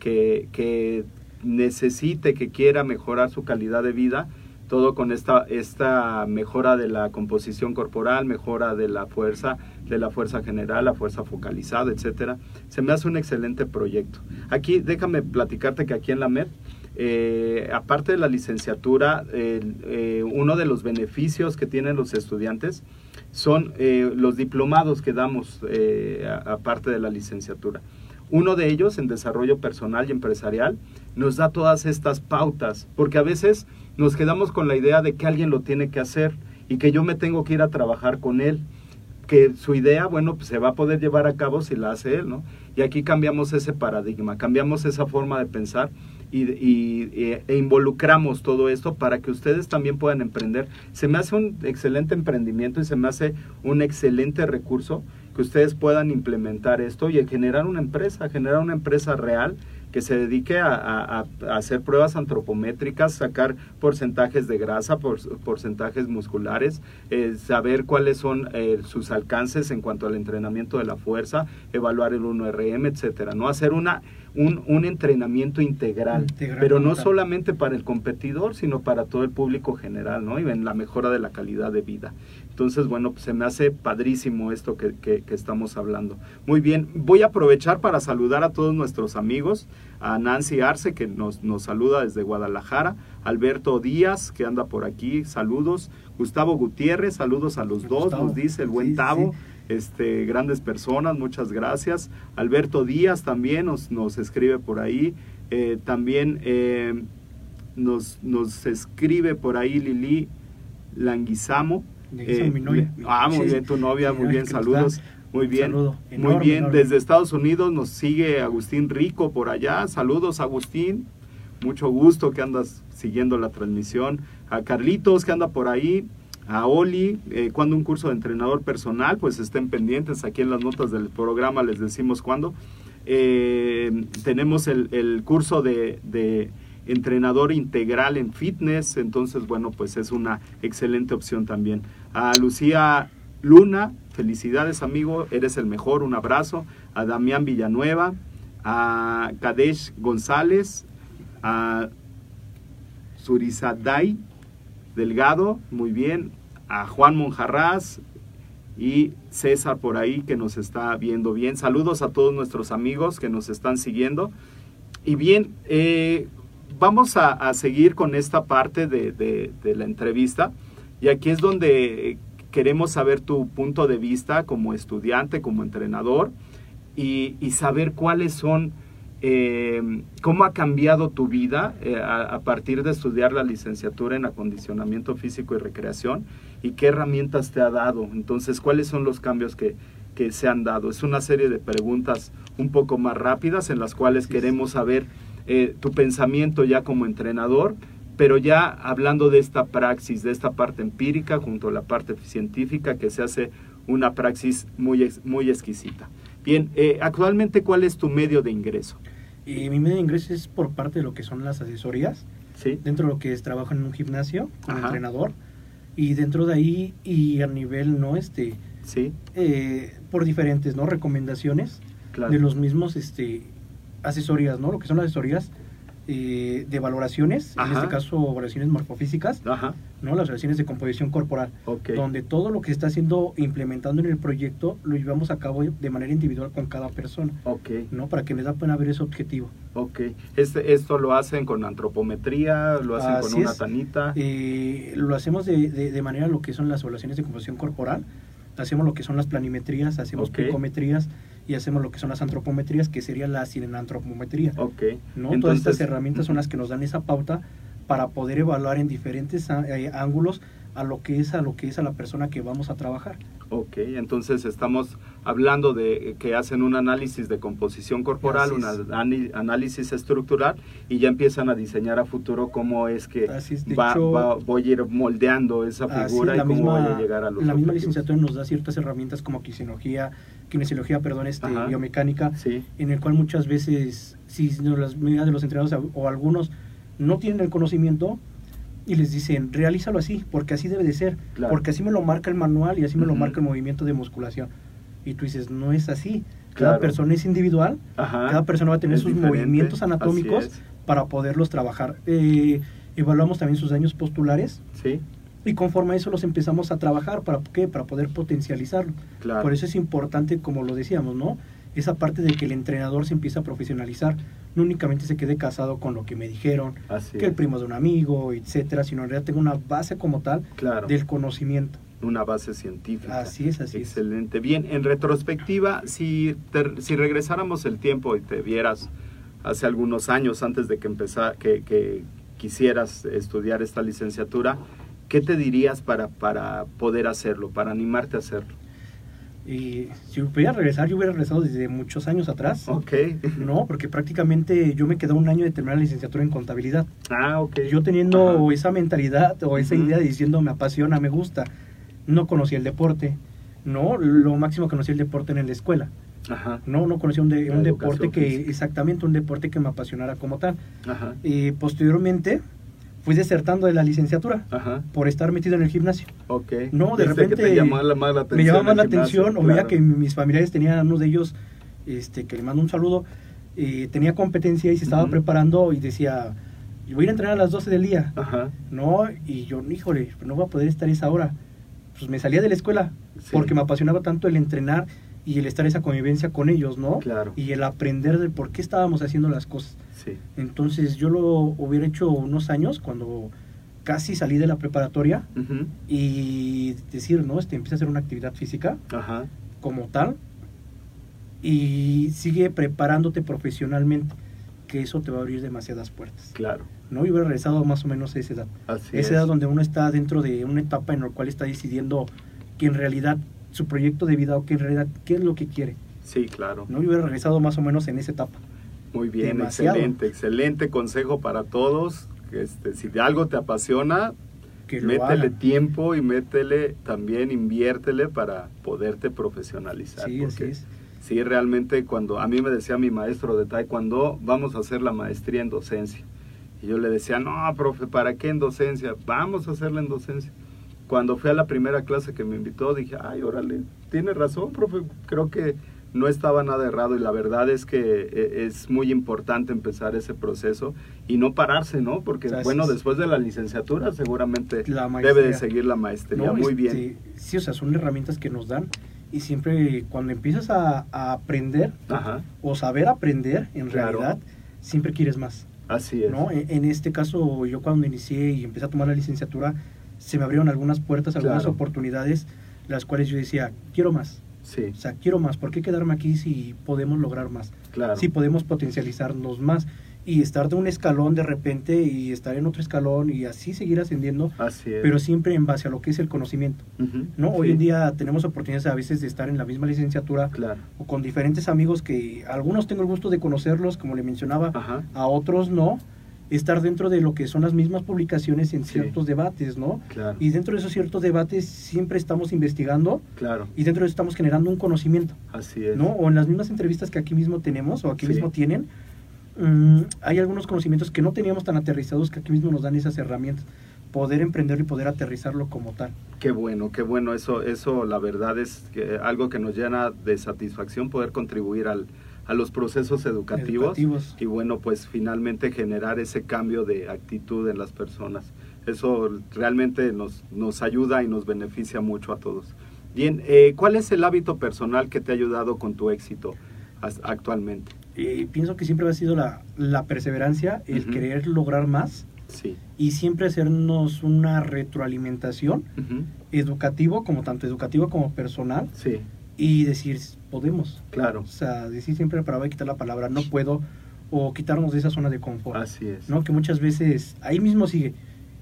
que necesite, que quiera mejorar su calidad de vida, todo con esta mejora de la composición corporal, mejora de la fuerza general, la fuerza focalizada, etcétera. Se me hace un excelente proyecto. Aquí, déjame platicarte que aquí en la MED, aparte de la licenciatura, uno de los beneficios que tienen los estudiantes son los diplomados que damos aparte de la licenciatura. Uno de ellos, en desarrollo personal y empresarial, nos da todas estas pautas, porque a veces nos quedamos con la idea de que alguien lo tiene que hacer y que yo me tengo que ir a trabajar con él, que su idea, bueno, pues se va a poder llevar a cabo si la hace él, ¿no? Y aquí cambiamos ese paradigma, cambiamos esa forma de pensar e involucramos todo esto para que ustedes también puedan emprender. Se me hace un excelente emprendimiento y se me hace un excelente recurso que ustedes puedan implementar esto y generar una empresa real que se dedique a hacer pruebas antropométricas, sacar porcentajes de grasa, porcentajes musculares, saber cuáles son sus alcances en cuanto al entrenamiento de la fuerza, evaluar el 1RM, etcétera, ¿no? Hacer un entrenamiento integral, pero no solamente para el competidor, sino para todo el público general, ¿no? Y en la mejora de la calidad de vida. Entonces, bueno, pues se me hace padrísimo esto que estamos hablando. Muy bien, voy a aprovechar para saludar a todos nuestros amigos, a Nancy Arce, que nos saluda desde Guadalajara, Alberto Díaz, que anda por aquí, saludos, Gustavo Gutiérrez, saludos a los dos, nos dice el buen Tavo, grandes personas, muchas gracias. Alberto Díaz también nos escribe por ahí, también nos escribe por ahí Lili Languizamo. Mi novia. Muy bien, tu novia, muy bien, saludos. Muy bien, saludo muy bien. Enorme. Desde Estados Unidos nos sigue Agustín Rico por allá. Saludos, Agustín. Mucho gusto que andas siguiendo la transmisión. A Carlitos, que anda por ahí. A Oli, cuando un curso de entrenador personal, pues estén pendientes. Aquí en las notas del programa les decimos cuándo. Tenemos el curso de entrenador integral en fitness, entonces bueno, pues es una excelente opción también. A Lucía Luna, felicidades amigo, eres el mejor, un abrazo. A Damián Villanueva, a Kadesh González, a Surizaday Delgado, muy bien, a Juan Monjarraz y César por ahí que nos está viendo bien. Saludos a todos nuestros amigos que nos están siguiendo. Y bien, vamos a seguir con esta parte de la entrevista, y aquí es donde queremos saber tu punto de vista como estudiante, como entrenador, y saber cuáles son, cómo ha cambiado tu vida a partir de estudiar la licenciatura en acondicionamiento físico y recreación, y qué herramientas te ha dado. Entonces, ¿cuáles son los cambios que se han dado? Es una serie de preguntas un poco más rápidas en las cuales queremos saber tu pensamiento ya como entrenador, pero ya hablando de esta praxis, de esta parte empírica junto a la parte científica, que se hace una praxis muy exquisita. Bien, actualmente, ¿cuál es tu medio de ingreso? Mi medio de ingreso es por parte de lo que son las asesorías, ¿sí? Dentro de lo que es trabajo en un gimnasio como Ajá. entrenador, y dentro de ahí y a nivel ¿sí? Por diferentes recomendaciones, Claro. de los mismos asesorías, lo que son las asesorías de valoraciones, Ajá. en este caso valoraciones morfofísicas, Ajá. las valoraciones de composición corporal, Okay. donde todo lo que se está implementando en el proyecto lo llevamos a cabo de manera individual con cada persona, Okay. para que les da pena ver ese objetivo. Okay. Esto lo hacen con antropometría, lo hacen Así con una es. tanita. Lo hacemos de manera lo que son las evaluaciones de composición corporal, hacemos lo que son las planimetrías, hacemos Okay. picometrías y hacemos lo que son las antropometrías, que sería la cinenantropometría. Okay. Todas Entonces, estas herramientas son las que nos dan esa pauta para poder evaluar en diferentes ángulos a lo que es a la persona que vamos a trabajar. Ok, entonces estamos hablando de que hacen un análisis de composición corporal, un análisis estructural, y ya empiezan a diseñar a futuro cómo es que voy a ir moldeando esa figura y cómo voy a llegar a los La misma objetivos. licenciatura nos da ciertas herramientas como kinesiología, Ajá. biomecánica, Sí. en el cual muchas veces, si las medidas de los entrenadores o algunos no tienen el conocimiento, y les dicen, realízalo así, porque así debe de ser, Claro. porque así me lo marca el manual y así me lo Ujú. marca el movimiento de musculación. Y tú dices, no es así. Cada persona es individual, Ajá. cada persona va a tener Es sus diferente, movimientos anatómicos así es. para poderlos trabajar. Evaluamos también sus daños postulares Sí, y conforme a eso los empezamos a trabajar. ¿Para qué? Para poder potencializarlo. claro. Por eso es importante, como lo decíamos, ¿no? Esa parte de que el entrenador se empieza a profesionalizar, no únicamente se quede casado con lo que me dijeron, Así que el es. primo de un amigo, etcétera, sino en realidad tengo una base como tal Claro. del conocimiento. Una base científica. Así es, así es. Excelente. Bien, en retrospectiva, si regresáramos el tiempo y te vieras hace algunos años antes de que quisieras estudiar esta licenciatura, ¿qué te dirías para poder hacerlo, para animarte a hacerlo? Y si pudiera regresar, yo hubiera regresado desde muchos años atrás. Ok. No, porque prácticamente yo me quedé un año de terminar la licenciatura en contabilidad. Ah, ok. Yo teniendo Ajá. esa mentalidad o esa Ujú. idea diciendo me apasiona, me gusta, no conocía el deporte. No, lo máximo que conocía el deporte en la escuela. Ajá. No conocía un La deporte educación que, física. exactamente, un deporte que me apasionara como tal. Ajá. Posteriormente fui desertando de la licenciatura Ajá. por estar metido en el gimnasio. Ok. No, de Viste repente que te llamaba más la atención me llamaba más el la gimnasio, atención, o veía claro. que mis familiares tenían, uno de ellos, que le mando un saludo, tenía competencia y se estaba Ujú. preparando y decía, yo voy a ir a entrenar a las 12 del día. Ajá. No, y yo, híjole, no voy a poder estar a esa hora. Pues me salía de la escuela Sí. porque me apasionaba tanto el entrenar y el estar en esa convivencia con ellos, ¿no? Claro. Y el aprender de por qué estábamos haciendo las cosas. Sí. Entonces yo lo hubiera hecho unos años cuando casi salí de la preparatoria Ujú. y decir, ¿no? Empieza a hacer una actividad física Ajá. como tal y sigue preparándote profesionalmente, que eso te va a abrir demasiadas puertas. Claro. ¿No? Yo hubiera regresado más o menos a esa edad. Así Esa es. edad donde uno está dentro de una etapa en la cual está decidiendo que en realidad su proyecto de vida o que en realidad qué es lo que quiere. Sí, claro. ¿No? Yo hubiera regresado más o menos en esa etapa. Muy bien, Demasiado. excelente consejo para todos. Si de algo te apasiona, Que lo métele hagan. tiempo y métele también, inviértele para poderte profesionalizar. Sí, así es. Sí, realmente cuando a mí me decía mi maestro de taekwondo, vamos a hacer la maestría en docencia. Y yo le decía, no, profe, ¿para qué en docencia? Vamos a hacerla en docencia. Cuando fui a la primera clase que me invitó, dije, ay, órale, tiene razón, profe, creo que no estaba nada errado y la verdad es que es muy importante empezar ese proceso y no pararse, ¿no? Porque, Así bueno, es. después de la licenciatura seguramente La maestría. debe de seguir la maestría. No, Muy bien. Sí, o sea, son herramientas que nos dan y siempre cuando empiezas a aprender Ajá, o saber aprender, en Claro. realidad, siempre quieres más. así es. ¿No? En este caso, yo cuando inicié y empecé a tomar la licenciatura, se me abrieron algunas puertas, algunas Claro. oportunidades, las cuales yo decía, quiero más. Sí, O sea, quiero más. ¿Por qué quedarme aquí si podemos lograr más? claro. Si podemos potencializarnos más y estar de un escalón de repente y estar en otro escalón y así seguir ascendiendo, Así es. pero siempre en base a lo que es el conocimiento. Ujú, ¿No? sí, Hoy en día tenemos oportunidades a veces de estar en la misma licenciatura Claro. o con diferentes amigos que algunos tengo el gusto de conocerlos, como le mencionaba, Ajá, a otros no, estar dentro de lo que son las mismas publicaciones en Sí. ciertos debates, ¿no? claro. Y dentro de esos ciertos debates siempre estamos investigando Claro, y dentro de eso estamos generando un conocimiento, así es. ¿no? O en las mismas entrevistas que aquí mismo tenemos o aquí Sí. mismo tienen, hay algunos conocimientos que no teníamos tan aterrizados que aquí mismo nos dan esas herramientas, poder emprender y poder aterrizarlo como tal. Qué bueno, eso la verdad es que algo que nos llena de satisfacción poder contribuir a los procesos educativos y bueno, pues finalmente generar ese cambio de actitud en las personas. Eso realmente nos ayuda y nos beneficia mucho a todos. Bien, ¿cuál es el hábito personal que te ha ayudado con tu éxito actualmente? Pienso que siempre ha sido la perseverancia, el Ujú. querer lograr más Sí. y siempre hacernos una retroalimentación Ujú. educativo, como tanto educativo como personal, Sí, y decir, podemos. claro. O sea, decir siempre para quitar la palabra no puedo o quitarnos de esa zona de confort. Así es. ¿No? Que muchas veces ahí mismo sigue,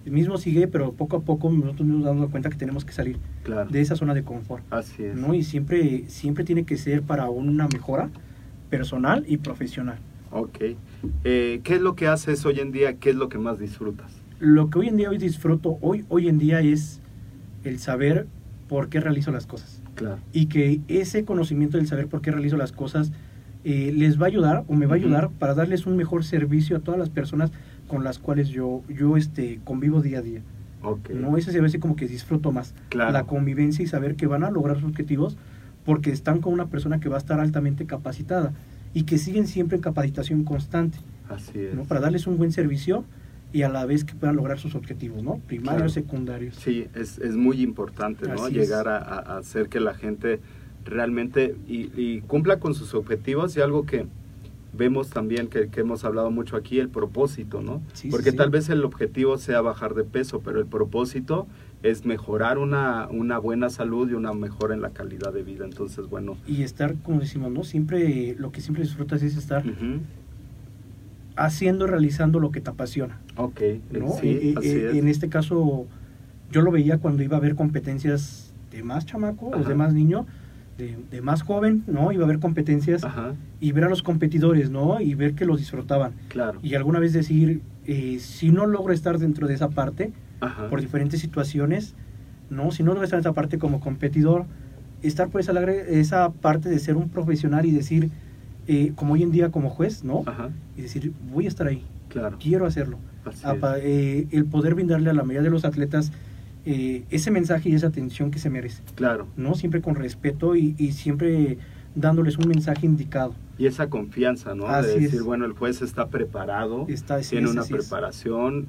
pero poco a poco nosotros nos damos cuenta que tenemos que salir Claro. de esa zona de confort. Así es. ¿No? Y siempre tiene que ser para una mejora personal y profesional. Ok. ¿Qué es lo que haces hoy en día? ¿Qué es lo que más disfrutas? Lo que hoy en día disfruto, hoy en día es el saber por qué realizo las cosas. Claro. Y que ese conocimiento del saber por qué realizo las cosas les va a ayudar o me va a Ujú. ayudar para darles un mejor servicio a todas las personas con las cuales yo convivo día a día. Ok. No, ese se ve así como que disfruto más. Claro. La convivencia y saber que van a lograr sus objetivos porque están con una persona que va a estar altamente capacitada y que siguen siempre en capacitación constante. Así es. ¿No? Para darles un buen servicio y a la vez que puedan lograr sus objetivos, ¿no? Primarios, Claro. secundarios. Sí, es muy importante, ¿no? Así Llegar es. a hacer que la gente realmente y cumpla con sus objetivos, y algo que vemos también que hemos hablado mucho aquí, el propósito, ¿no? Sí, Porque sí. tal vez el objetivo sea bajar de peso, pero el propósito es mejorar una buena salud y una mejora en la calidad de vida. Entonces, bueno. Y estar, como decimos, ¿no? Siempre, lo que siempre disfrutas es estar Ujú. haciendo, realizando lo que te apasiona, Ok, ¿no? sí, así es. En este caso, yo lo veía cuando iba a ver competencias de más chamaco, o Ajá. de más niño, de más joven, ¿no? Iba a ver competencias Ajá, y ver a los competidores, ¿no? Y ver que los disfrutaban. claro. Y alguna vez decir, si no logro estar dentro de esa parte, Ajá, por diferentes situaciones, ¿no? Si no logro estar en esa parte como competidor, estar por esa parte de ser un profesional y decir, como hoy en día como juez, ¿no? ajá, Y decir, voy a estar ahí, claro. quiero hacerlo. Así El poder brindarle a la mayoría de los atletas ese mensaje y esa atención que se merece, claro. ¿no? Siempre con respeto y siempre dándoles un mensaje indicado. Y esa confianza, ¿no? Así de decir, es. bueno, el juez está preparado, tiene una así es. preparación,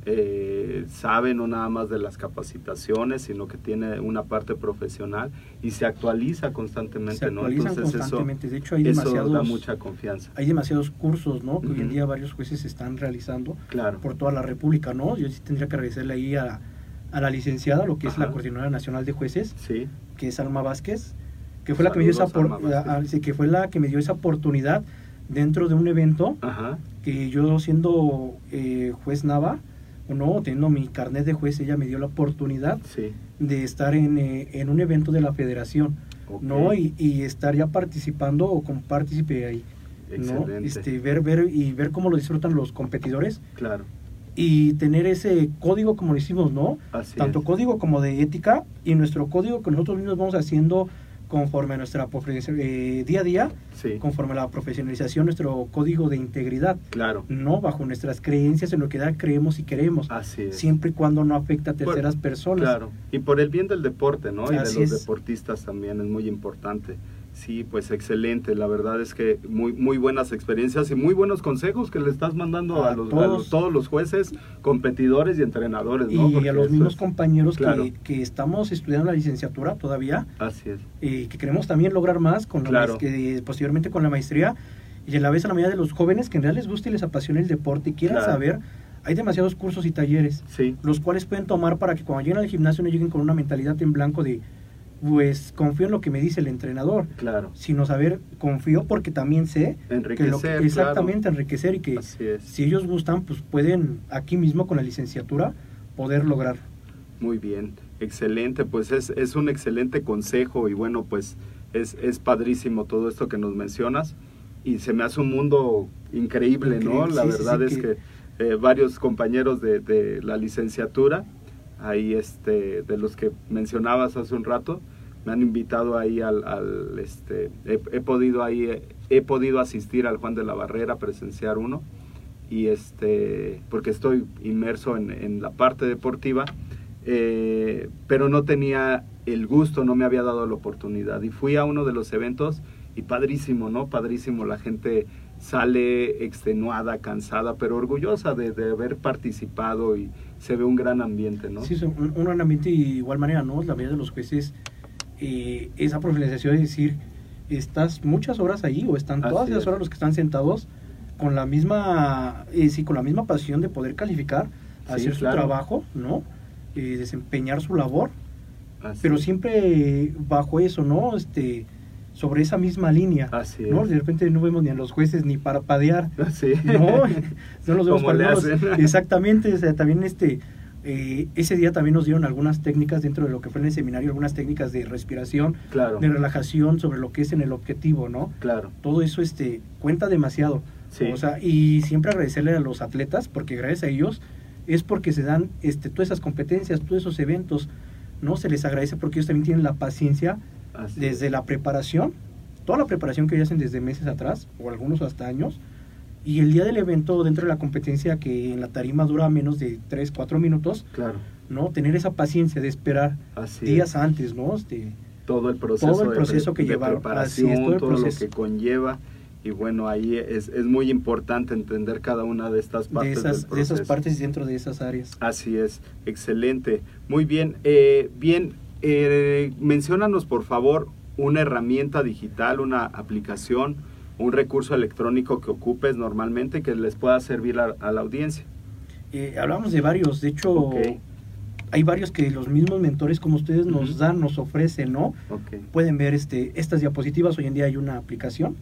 sabe no nada más de las capacitaciones, sino que tiene una parte profesional y se actualiza constantemente, Se ¿no? actualizan Entonces constantemente. De hecho, hay eso da mucha confianza. Hay demasiados cursos, ¿no? Que hoy en Ujú. día varios jueces están realizando Claro. por toda la República, ¿no? Yo sí tendría que agradecerle ahí a la licenciada, lo que es Ajá. la Coordinadora Nacional de Jueces, Sí, que es Alma Vázquez, que fue la que me dio Saludos, Alma Vázquez. que fue la que me dio esa oportunidad dentro de un evento ajá, que yo siendo juez Nava, o no, teniendo mi carnet de juez, ella me dio la oportunidad sí. de estar en un evento de la federación, Ok. ¿no? Y estar ya participando o como partícipe ahí, ¿no? Excelente. Ver cómo lo disfrutan los competidores Claro, y tener ese código como lo hicimos, ¿no? así Tanto es. código como de ética y nuestro código que nosotros mismos vamos haciendo conforme a nuestra día a día, Sí, conforme a la profesionalización, nuestro código de integridad, claro, no bajo nuestras creencias en lo que creemos y queremos, así es. siempre y cuando no afecta a terceras personas. Claro, y por el bien del deporte, ¿no? Y Así de los es. deportistas también es muy importante. Sí, pues excelente, la verdad es que muy buenas experiencias y muy buenos consejos que le estás mandando a todos los jueces, competidores y entrenadores, ¿no? Y Porque a los eso mismos es- compañeros claro. que estamos estudiando la licenciatura todavía, Así es, que queremos también lograr más con Claro. posteriormente con la maestría, y a la vez a la mayoría de los jóvenes que en realidad les gusta y les apasiona el deporte y quieran Claro. saber, hay demasiados cursos y talleres, sí, los cuales pueden tomar para que cuando lleguen al gimnasio no lleguen con una mentalidad en blanco de, pues confío en lo que me dice el entrenador, claro. sino saber, confío porque también sé que Enriquecer, exactamente enriquecer y que Así es. si ellos gustan, pues pueden aquí mismo con la licenciatura poder lograr. Muy bien, excelente, pues es un excelente consejo y bueno, pues es padrísimo todo esto que nos mencionas y se me hace un mundo increíble, ¿no? Increíble, La sí, verdad sí, es que varios compañeros de la licenciatura, ahí de los que mencionabas hace un rato, me han invitado ahí he podido asistir al Juan de la Barrera, presenciar uno, y porque estoy inmerso en la parte deportiva, pero no tenía el gusto, no me había dado la oportunidad, y fui a uno de los eventos y padrísimo, ¿no? Padrísimo, la gente sale extenuada, cansada, pero orgullosa de haber participado y se ve un gran ambiente, ¿no? Sí, es un gran ambiente y de igual manera, ¿no? La mayoría de los jueces, esa profesionalización de decir, estás muchas horas ahí o están todas Así esas es. horas los que están sentados con la misma, con la misma pasión de poder calificar, Sí, hacer su claro. trabajo, ¿no? Desempeñar su labor, Así pero es. siempre bajo eso, ¿no? Sobre esa misma línea, Así ¿no? es. De repente no vemos ni a los jueces ni parpadear, Sí. no, no los vemos ¿Cómo le parpadeados. hacen? Exactamente, o sea, también ese día también nos dieron algunas técnicas dentro de lo que fue en el seminario, algunas técnicas de respiración, Claro, de relajación sobre lo que es en el objetivo, ¿no? claro, Todo eso cuenta demasiado. Sí. O sea, y siempre agradecerle a los atletas, porque gracias a ellos es porque se dan todas esas competencias, todos esos eventos, ¿no? Se les agradece porque ellos también tienen la paciencia así desde es. la preparación, toda la preparación que ellos hacen desde meses atrás, o algunos hasta años, y el día del evento dentro de la competencia que en la tarima dura menos de 3-4 minutos, Claro, ¿no? Tener esa paciencia de esperar así días es. antes, ¿no? todo el proceso que de lleva, preparación, todo lo que conlleva. Y bueno, ahí es muy importante entender cada una de estas partes del proceso. De esas partes dentro de esas áreas. Así es, excelente. Muy bien. Menciónanos, por favor, una herramienta digital, una aplicación, un recurso electrónico que ocupes normalmente que les pueda servir a la audiencia. Hablamos de varios, de hecho, hay varios que los mismos mentores como ustedes nos dan, nos ofrecen, ¿no? Pueden ver estas diapositivas. Hoy en día hay una aplicación,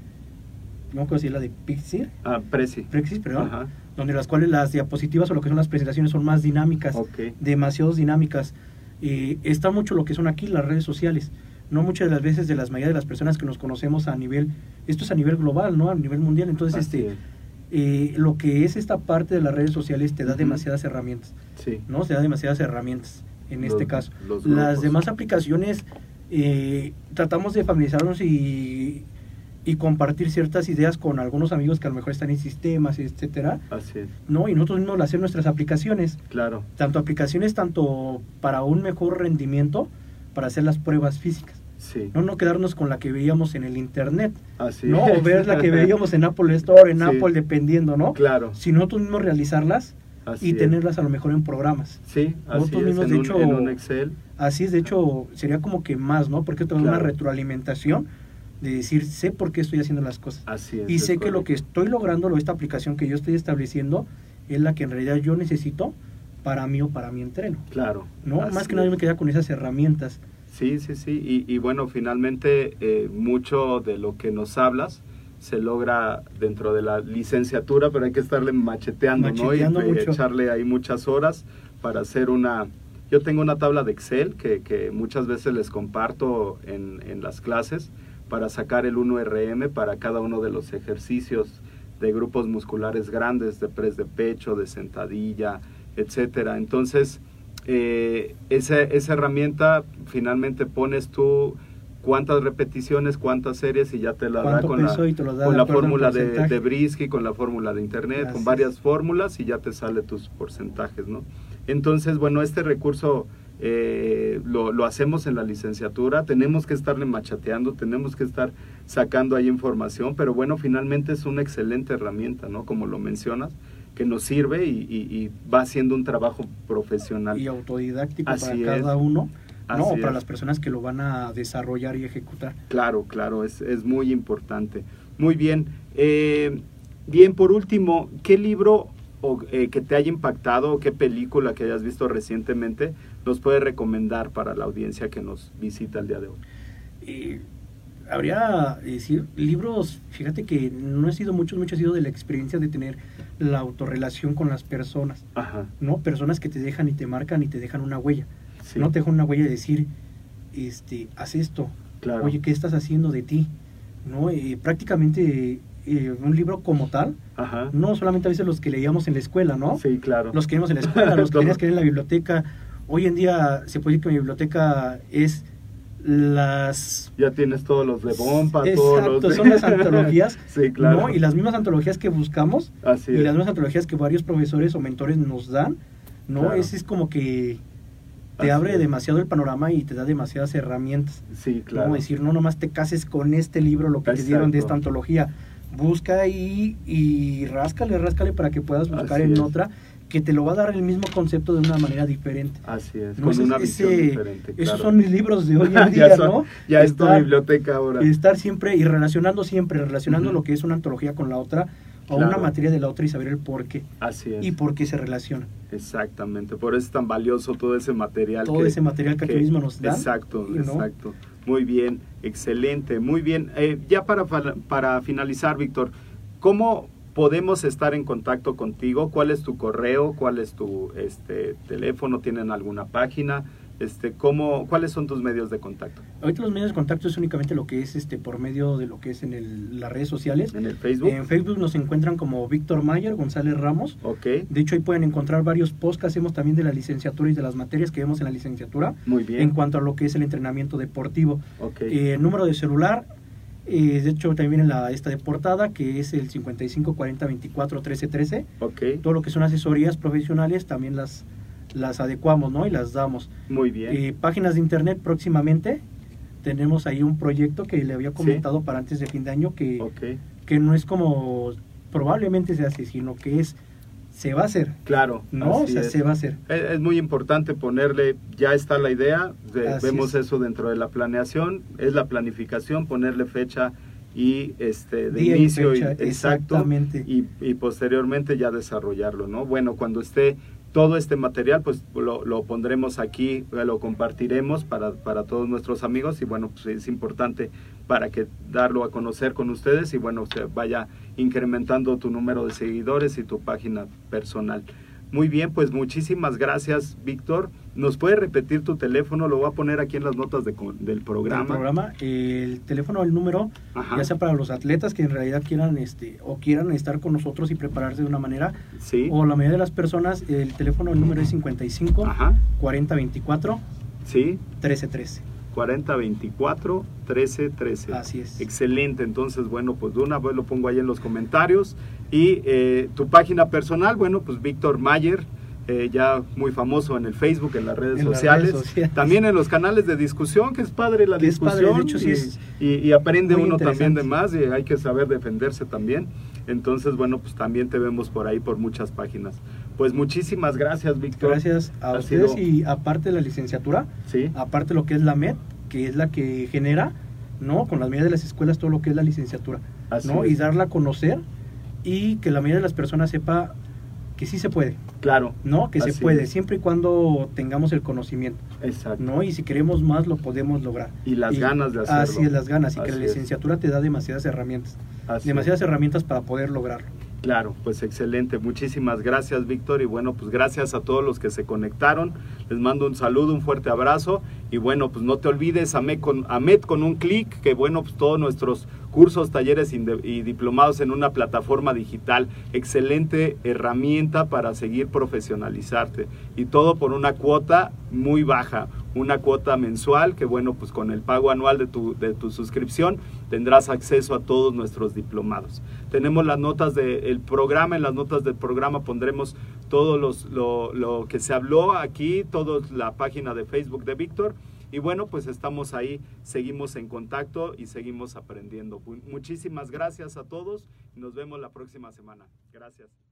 no creo si es la de Pixir. Prezi, perdón. Donde las diapositivas o lo que son las presentaciones son más dinámicas, demasiado dinámicas. Está mucho lo que son aquí las redes sociales. No muchas de las veces de las mayoría de las personas que nos conocemos esto es a nivel global, ¿no? A nivel mundial. Entonces, lo que es esta parte de las redes sociales te da demasiadas herramientas, ¿no? Te da demasiadas herramientas en este caso. Las demás aplicaciones tratamos de familiarizarnos y compartir ciertas ideas con algunos amigos que a lo mejor están en sistemas, etcétera. Así es. ¿No? Y nosotros mismos hacer nuestras aplicaciones. Claro. Tanto para un mejor rendimiento, para hacer las pruebas físicas. Sí. No quedarnos con la que veíamos en el internet. Así ¿no? O ver la que veíamos en Apple Store, en Apple, dependiendo, ¿no? Claro. Sino nosotros mismos realizarlas y tenerlas a lo mejor en programas. Sí, así es, mismos, en un Excel. Así es, de hecho, sería como que más, ¿no? Porque esto es una retroalimentación de decir, sé por qué estoy haciendo las cosas. Así es. Y sé que lo que estoy logrando, esta aplicación que yo estoy estableciendo, es la que en realidad yo necesito para mí o para mi entreno. Claro. ¿No? Más que nada yo me quedé con esas herramientas. Sí. Y bueno, finalmente mucho de lo que nos hablas se logra dentro de la licenciatura, pero hay que estarle macheteando, ¿no? Y echarle ahí muchas horas para hacer Yo tengo una tabla de Excel que muchas veces les comparto en las clases para sacar el 1RM para cada uno de los ejercicios de grupos musculares grandes, de press de pecho, de sentadilla, etcétera. Entonces, esa herramienta finalmente pones tú cuántas repeticiones, cuántas series y ya te la da con la fórmula de Brisky, con la fórmula de internet, con varias fórmulas y ya te sale tus porcentajes, ¿no? Entonces, bueno, este recurso lo hacemos en la licenciatura, tenemos que estarle machateando, tenemos que estar sacando ahí información, pero bueno, finalmente es una excelente herramienta, ¿no? Como lo mencionas, que nos sirve y va haciendo un trabajo profesional. Y autodidáctico para cada uno, ¿no? Para las personas que lo van a desarrollar y ejecutar. Claro, es muy importante. Muy bien. Bien, por último, ¿qué libro que te haya impactado o qué película que hayas visto recientemente nos puede recomendar para la audiencia que nos visita el día de hoy? Habría decir libros, fíjate que no he sido mucho he sido de la experiencia de tener la autorrelación con las personas, ¿no? Personas que te dejan y te marcan y te dejan una huella, no te dejan una huella de decir, haz esto, oye, ¿qué estás haciendo de ti? ¿No? Prácticamente un libro como tal, no solamente a veces los que leíamos en la escuela, ¿no? Sí, claro. Los que leíamos en la escuela, los que tenías que leer en la biblioteca. Hoy en día se puede decir que mi biblioteca es ya tienes todos los de Bompa, son las antologías, sí, claro. ¿no? Y las mismas antologías que buscamos, las mismas antologías que varios profesores o mentores nos dan, ¿no? Claro. Es como que te abre demasiado el panorama y te da demasiadas herramientas. Sí, claro. Como decir, no nomás te cases con este libro, lo que te dieron de esta antología. Busca y ráscale para que puedas buscar otra que te lo va a dar el mismo concepto de una manera diferente. Así es, ¿no? Con una visión diferente, claro. Esos son mis libros de hoy en día, ¿no? Ya es tu biblioteca ahora. Estar siempre y relacionando lo que es una antología con la otra, o una materia de la otra y saber el por qué. Así es. Y por qué se relaciona. Exactamente, por eso es tan valioso todo ese material. Ese material que aquí mismo nos da. Exacto. Muy bien, excelente, muy bien. Ya para finalizar, Víctor, ¿cómo podemos estar en contacto contigo? ¿Cuál es tu correo? ¿Cuál es tu teléfono? ¿Tienen alguna página? ¿Cuáles son tus medios de contacto? Ahorita los medios de contacto es únicamente lo que es por medio de lo que es en las redes sociales. ¿En el Facebook? En Facebook nos encuentran como Víctor Mayer González Ramos. Okay. De hecho, ahí pueden encontrar varios posts que hacemos también de la licenciatura y de las materias que vemos en la licenciatura. Muy bien. En cuanto a lo que es el entrenamiento deportivo. Okay. Número de celular, de hecho también viene esta de portada, que es el 55 40 24 13 13. Okay. Todo lo que son asesorías profesionales también las adecuamos, ¿no? Y las damos. Muy bien. Páginas de internet próximamente, tenemos ahí un proyecto que le había comentado para antes de fin de año que no es como probablemente se hace, sino que se va a hacer. Claro. No, o sea, se va a hacer. Es muy importante ponerle, ya está la idea, vemos eso dentro de la planeación, es la planificación, ponerle fecha y de Día inicio, y fecha, exacto, y posteriormente ya desarrollarlo, ¿no? Bueno, cuando esté todo este material, pues lo pondremos aquí, lo compartiremos para todos nuestros amigos, y bueno, pues es importante para que darlo a conocer con ustedes, y bueno, se vaya incrementando tu número de seguidores y tu página personal. Muy bien, pues muchísimas gracias, Víctor. ¿Nos puede repetir tu teléfono? Lo voy a poner aquí en las notas del programa. El teléfono, el número, ya sea para los atletas que en realidad quieran quieran estar con nosotros y prepararse de una manera, o la mayoría de las personas, el teléfono, el número es 55 40 24 13 13. 4024 1313. Así es. Excelente. Entonces, bueno, pues de una vez lo pongo ahí en los comentarios. Y tu página personal, bueno, pues Víctor Mayer, ya muy famoso en el Facebook, en las redes sociales, también en los canales de discusión, que es padre la discusión, de hecho, y aprende uno también de más, y hay que saber defenderse también. Entonces, bueno, pues también te vemos por ahí por muchas páginas. Pues muchísimas gracias, Víctor. Gracias a ustedes, y aparte de la licenciatura, aparte lo que es la MED, que es la que genera, ¿no?, con la mayoría de las escuelas todo lo que es la licenciatura, ¿no? Y darla a conocer, y que la mayoría de las personas sepa que sí se puede. Claro. ¿No? Que se puede, siempre y cuando tengamos el conocimiento. Exacto. ¿No? Y si queremos más, lo podemos lograr. Y las ganas de hacerlo. Así es, las ganas. Y que la licenciatura te da demasiadas herramientas. Demasiadas herramientas para poder lograrlo. Claro, pues excelente. Muchísimas gracias, Víctor. Y bueno, pues gracias a todos los que se conectaron. Les mando un saludo, un fuerte abrazo. Y bueno, pues no te olvides, AMED con un clic, que bueno, pues todos nuestros cursos, talleres y diplomados en una plataforma digital. Excelente herramienta para seguir profesionalizarte. Y todo por una cuota muy baja, una cuota mensual, que bueno, pues con el pago anual de tu suscripción tendrás acceso a todos nuestros diplomados. Tenemos las notas del programa, en las notas del programa pondremos todo lo que se habló aquí, toda la página de Facebook de Víctor. Y bueno, pues estamos ahí, seguimos en contacto y seguimos aprendiendo. Muchísimas gracias a todos y nos vemos la próxima semana. Gracias.